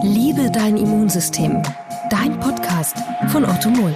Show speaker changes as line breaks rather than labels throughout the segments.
Liebe dein Immunsystem. Dein Podcast von Otto Mohl.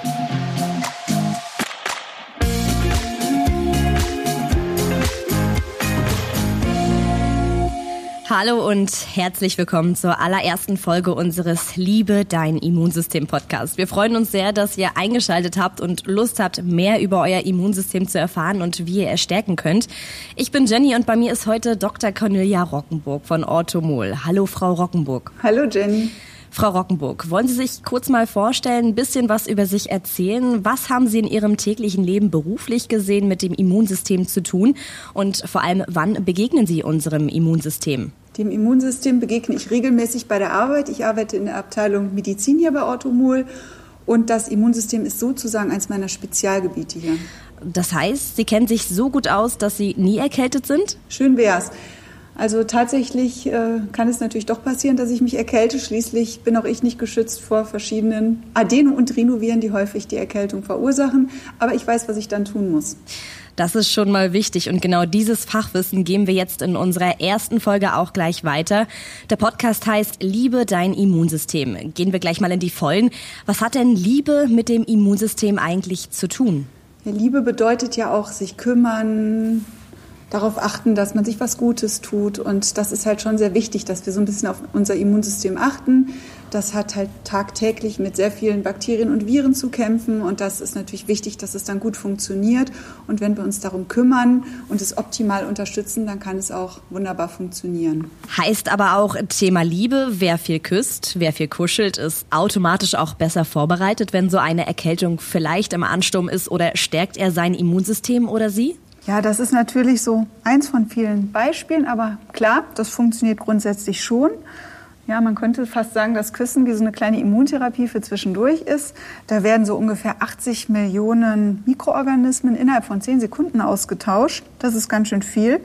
Hallo und herzlich willkommen zur allerersten Folge unseres Liebe dein Immunsystem Podcast. Wir freuen uns sehr, dass ihr eingeschaltet habt und Lust habt, mehr über euer Immunsystem zu erfahren und wie ihr es stärken könnt. Ich bin Jenny und bei mir ist heute Dr. Cornelia Rockenburg von Otto Mohl. Hallo Frau Rockenburg.
Hallo Jenny.
Frau Rockenburg, wollen Sie sich kurz mal vorstellen, ein bisschen was über sich erzählen? Was haben Sie in Ihrem täglichen Leben beruflich gesehen mit dem Immunsystem zu tun? Und vor allem, wann begegnen Sie unserem Immunsystem?
Dem Immunsystem begegne ich regelmäßig bei der Arbeit. Ich arbeite in der Abteilung Medizin hier bei Otto Mohl und das Immunsystem ist sozusagen eines meiner Spezialgebiete hier.
Das heißt, Sie kennen sich so gut aus, dass Sie nie erkältet sind?
Schön wär's. Also tatsächlich kann es natürlich doch passieren, dass ich mich erkälte. Schließlich bin auch ich nicht geschützt vor verschiedenen Adeno- und Rhinoviren, die häufig die Erkältung verursachen. Aber ich weiß, was ich dann tun muss.
Das ist schon mal wichtig und genau dieses Fachwissen geben wir jetzt in unserer ersten Folge auch gleich weiter. Der Podcast heißt Liebe dein Immunsystem. Gehen wir gleich mal in die Vollen. Was hat denn Liebe mit dem Immunsystem eigentlich zu tun?
Ja, Liebe bedeutet ja auch sich kümmern, darauf achten, dass man sich was Gutes tut. Und das ist halt schon sehr wichtig, dass wir so ein bisschen auf unser Immunsystem achten. Das hat halt tagtäglich mit sehr vielen Bakterien und Viren zu kämpfen. Und das ist natürlich wichtig, dass es dann gut funktioniert. Und wenn wir uns darum kümmern und es optimal unterstützen, dann kann es auch wunderbar funktionieren.
Heißt aber auch Thema Liebe, wer viel küsst, wer viel kuschelt, ist automatisch auch besser vorbereitet, wenn so eine Erkältung vielleicht im Ansturm ist, oder stärkt er sein Immunsystem oder sie?
Ja, das ist natürlich so eins von vielen Beispielen, aber klar, das funktioniert grundsätzlich schon. Ja, man könnte fast sagen, dass Küssen wie so eine kleine Immuntherapie für zwischendurch ist. Da werden so ungefähr 80 Millionen Mikroorganismen innerhalb von 10 Sekunden ausgetauscht. Das ist ganz schön viel.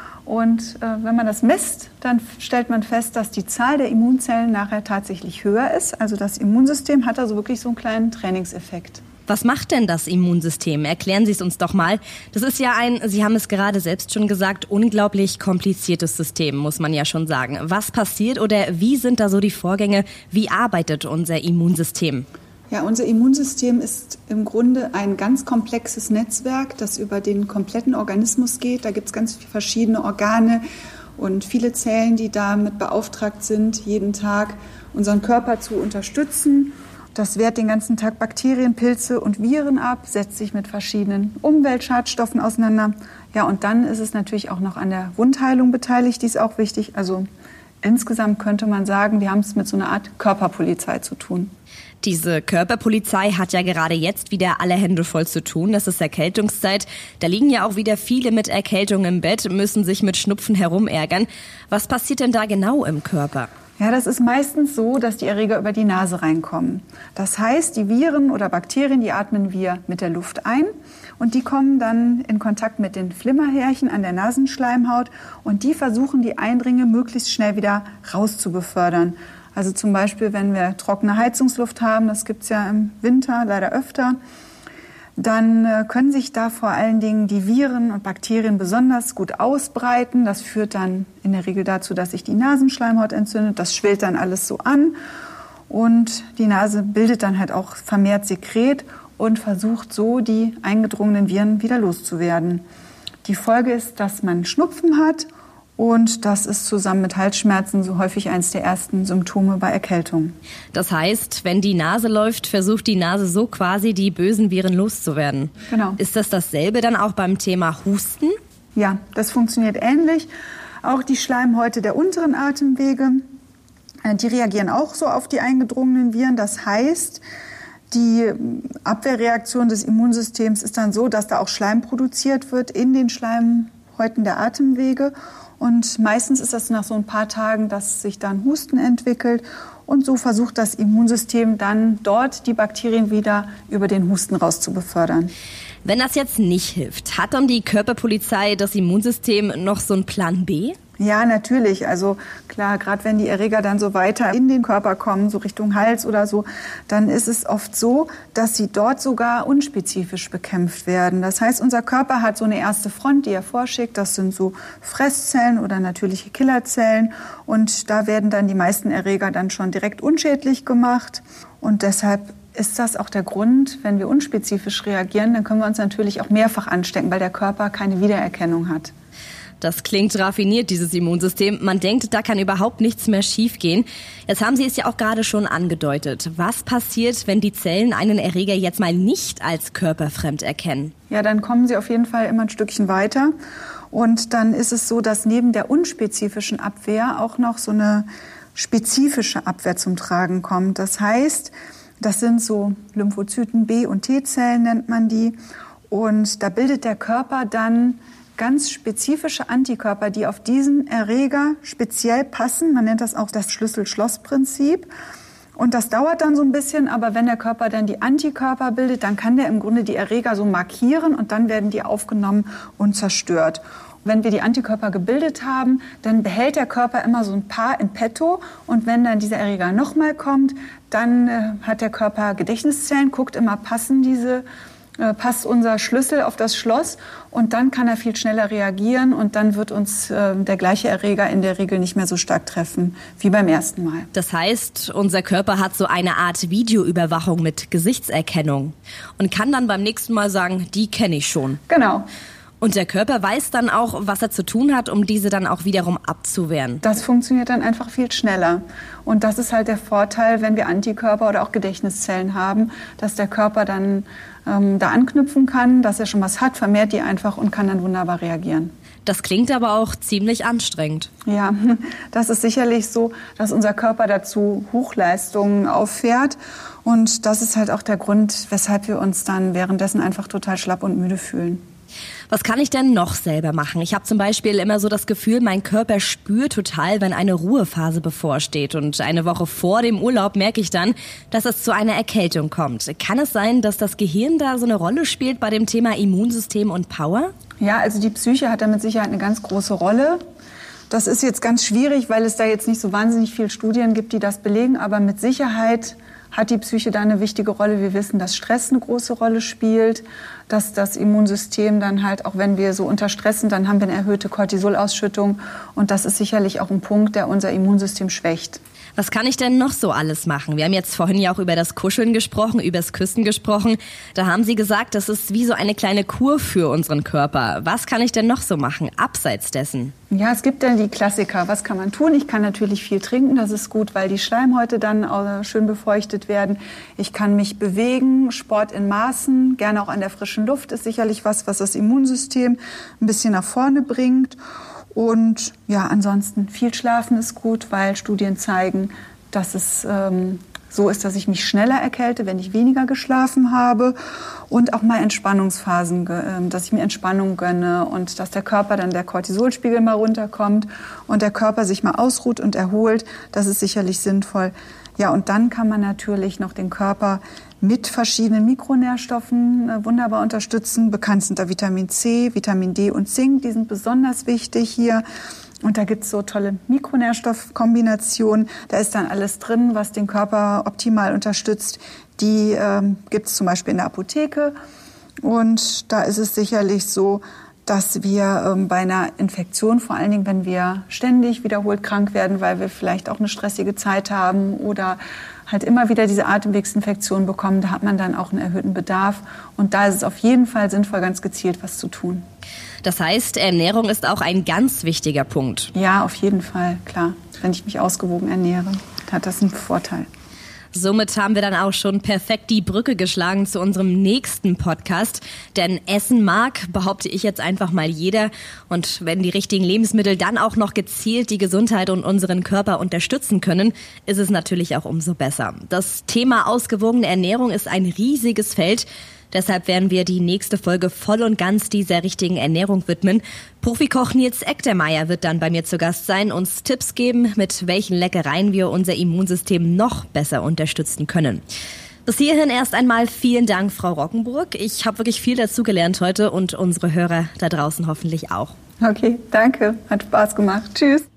Und wenn man das misst, dann stellt man fest, dass die Zahl der Immunzellen nachher tatsächlich höher ist. Also das Immunsystem hat also wirklich so einen kleinen Trainingseffekt.
Was macht denn das Immunsystem? Erklären Sie es uns doch mal. Das ist ja Sie haben es gerade selbst schon gesagt, unglaublich kompliziertes System, muss man ja schon sagen. Was passiert oder wie sind da so die Vorgänge? Wie arbeitet unser Immunsystem?
Ja, unser Immunsystem ist im Grunde ein ganz komplexes Netzwerk, das über den kompletten Organismus geht. Da gibt es ganz verschiedene Organe und viele Zellen, die damit beauftragt sind, jeden Tag unseren Körper zu unterstützen. Das wehrt den ganzen Tag Bakterien, Pilze und Viren ab, setzt sich mit verschiedenen Umweltschadstoffen auseinander. Ja, und dann ist es natürlich auch noch an der Wundheilung beteiligt, die ist auch wichtig. Also insgesamt könnte man sagen, wir haben es mit so einer Art Körperpolizei zu tun.
Diese Körperpolizei hat ja gerade jetzt wieder alle Hände voll zu tun. Das ist Erkältungszeit. Da liegen ja auch wieder viele mit Erkältung im Bett, müssen sich mit Schnupfen herumärgern. Was passiert denn da genau im Körper?
Ja, das ist meistens so, dass die Erreger über die Nase reinkommen. Das heißt, die Viren oder Bakterien, die atmen wir mit der Luft ein und die kommen dann in Kontakt mit den Flimmerhärchen an der Nasenschleimhaut und die versuchen, die Eindringe möglichst schnell wieder rauszubefördern. Also zum Beispiel, wenn wir trockene Heizungsluft haben, das gibt's ja im Winter leider öfter, dann können sich da vor allen Dingen die Viren und Bakterien besonders gut ausbreiten. Das führt dann in der Regel dazu, dass sich die Nasenschleimhaut entzündet. Das schwillt dann alles so an und die Nase bildet dann halt auch vermehrt Sekret und versucht so, die eingedrungenen Viren wieder loszuwerden. Die Folge ist, dass man Schnupfen hat und das ist zusammen mit Halsschmerzen so häufig eines der ersten Symptome bei Erkältung.
Das heißt, wenn die Nase läuft, versucht die Nase so quasi, die bösen Viren loszuwerden.
Genau.
Ist das dasselbe dann auch beim Thema Husten?
Ja, das funktioniert ähnlich. Auch die Schleimhäute der unteren Atemwege, die reagieren auch so auf die eingedrungenen Viren. Das heißt, die Abwehrreaktion des Immunsystems ist dann so, dass da auch Schleim produziert wird in den Schleimhäuten der Atemwege. Und meistens ist das nach so ein paar Tagen, dass sich dann Husten entwickelt. Und so versucht das Immunsystem dann dort die Bakterien wieder über den Husten rauszubefördern.
Wenn das jetzt nicht hilft, hat dann die Körperpolizei, das Immunsystem, noch so einen Plan B?
Ja, natürlich. Also klar, gerade wenn die Erreger dann so weiter in den Körper kommen, so Richtung Hals oder so, dann ist es oft so, dass sie dort sogar unspezifisch bekämpft werden. Das heißt, unser Körper hat so eine erste Front, die er vorschickt. Das sind so Fresszellen oder natürliche Killerzellen. Und da werden dann die meisten Erreger dann schon direkt unschädlich gemacht. Und deshalb ist das auch der Grund, wenn wir unspezifisch reagieren, dann können wir uns natürlich auch mehrfach anstecken, weil der Körper keine Wiedererkennung hat.
Das klingt raffiniert, dieses Immunsystem. Man denkt, da kann überhaupt nichts mehr schiefgehen. Jetzt haben Sie es ja auch gerade schon angedeutet. Was passiert, wenn die Zellen einen Erreger jetzt mal nicht als körperfremd erkennen?
Ja, dann kommen sie auf jeden Fall immer ein Stückchen weiter. Und dann ist es so, dass neben der unspezifischen Abwehr auch noch so eine spezifische Abwehr zum Tragen kommt. Das heißt, das sind so Lymphozyten, B- und T-Zellen nennt man die. Und da bildet der Körper dann ganz spezifische Antikörper, die auf diesen Erreger speziell passen. Man nennt das auch das Schlüssel-Schloss-Prinzip. Und das dauert dann so ein bisschen, aber wenn der Körper dann die Antikörper bildet, dann kann der im Grunde die Erreger so markieren und dann werden die aufgenommen und zerstört. Wenn wir die Antikörper gebildet haben, dann behält der Körper immer so ein paar in petto. Und wenn dann dieser Erreger nochmal kommt, dann hat der Körper Gedächtniszellen, guckt immer, passt unser Schlüssel auf das Schloss und dann kann er viel schneller reagieren und dann wird uns der gleiche Erreger in der Regel nicht mehr so stark treffen wie beim ersten Mal.
Das heißt, unser Körper hat so eine Art Videoüberwachung mit Gesichtserkennung und kann dann beim nächsten Mal sagen, die kenne ich schon.
Genau.
Und der Körper weiß dann auch, was er zu tun hat, um diese dann auch wiederum abzuwehren.
Das funktioniert dann einfach viel schneller. Und das ist halt der Vorteil, wenn wir Antikörper oder auch Gedächtniszellen haben, dass der Körper dann da anknüpfen kann, dass er schon was hat, vermehrt die einfach und kann dann wunderbar reagieren.
Das klingt aber auch ziemlich anstrengend.
Ja, das ist sicherlich so, dass unser Körper dazu Hochleistungen auffährt. Und das ist halt auch der Grund, weshalb wir uns dann währenddessen einfach total schlapp und müde fühlen.
Was kann ich denn noch selber machen? Ich habe zum Beispiel immer so das Gefühl, mein Körper spürt total, wenn eine Ruhephase bevorsteht. Und eine Woche vor dem Urlaub merke ich dann, dass es zu einer Erkältung kommt. Kann es sein, dass das Gehirn da so eine Rolle spielt bei dem Thema Immunsystem und Power?
Ja, also die Psyche hat da mit Sicherheit eine ganz große Rolle. Das ist jetzt ganz schwierig, weil es da jetzt nicht so wahnsinnig viele Studien gibt, die das belegen. Aber mit Sicherheit hat die Psyche da eine wichtige Rolle. Wir wissen, dass Stress eine große Rolle spielt, dass das Immunsystem dann halt, auch wenn wir so unter Stress sind, dann haben wir eine erhöhte Cortisolausschüttung. Und das ist sicherlich auch ein Punkt, der unser Immunsystem schwächt.
Was kann ich denn noch so alles machen? Wir haben jetzt vorhin ja auch über das Kuscheln gesprochen, übers Küssen gesprochen. Da haben Sie gesagt, das ist wie so eine kleine Kur für unseren Körper. Was kann ich denn noch so machen, abseits dessen?
Ja, es gibt ja die Klassiker. Was kann man tun? Ich kann natürlich viel trinken, das ist gut, weil die Schleimhäute dann schön befeuchtet werden. Ich kann mich bewegen, Sport in Maßen, gerne auch an der frischen Luft ist sicherlich was das Immunsystem ein bisschen nach vorne bringt. Und ja, ansonsten viel schlafen ist gut, weil Studien zeigen, dass es so ist, dass ich mich schneller erkälte, wenn ich weniger geschlafen habe. Und auch mal Entspannungsphasen, dass ich mir Entspannung gönne und dass der Körper dann der Cortisolspiegel mal runterkommt und der Körper sich mal ausruht und erholt. Das ist sicherlich sinnvoll. Ja, und dann kann man natürlich noch den Körper mit verschiedenen Mikronährstoffen wunderbar unterstützen. Bekannt sind da Vitamin C, Vitamin D und Zink. Die sind besonders wichtig hier. Und da gibt's so tolle Mikronährstoffkombinationen. Da ist dann alles drin, was den Körper optimal unterstützt. Die gibt's zum Beispiel in der Apotheke. Und da ist es sicherlich so, dass wir bei einer Infektion, vor allen Dingen, wenn wir ständig wiederholt krank werden, weil wir vielleicht auch eine stressige Zeit haben oder halt immer wieder diese Atemwegsinfektion bekommen, da hat man dann auch einen erhöhten Bedarf. Und da ist es auf jeden Fall sinnvoll, ganz gezielt was zu tun.
Das heißt, Ernährung ist auch ein ganz wichtiger Punkt.
Ja, auf jeden Fall, klar. Wenn ich mich ausgewogen ernähre, hat das einen Vorteil.
Somit haben wir dann auch schon perfekt die Brücke geschlagen zu unserem nächsten Podcast. Denn Essen mag, behaupte ich jetzt einfach mal jeder. Und wenn die richtigen Lebensmittel dann auch noch gezielt die Gesundheit und unseren Körper unterstützen können, ist es natürlich auch umso besser. Das Thema ausgewogene Ernährung ist ein riesiges Feld. Deshalb werden wir die nächste Folge voll und ganz dieser richtigen Ernährung widmen. Profikoch Nils Ectermeier wird dann bei mir zu Gast sein, uns Tipps geben, mit welchen Leckereien wir unser Immunsystem noch besser unterstützen können. Bis hierhin erst einmal vielen Dank, Frau Rockenburg. Ich habe wirklich viel dazugelernt heute und unsere Hörer da draußen hoffentlich auch.
Okay, danke. Hat Spaß gemacht. Tschüss.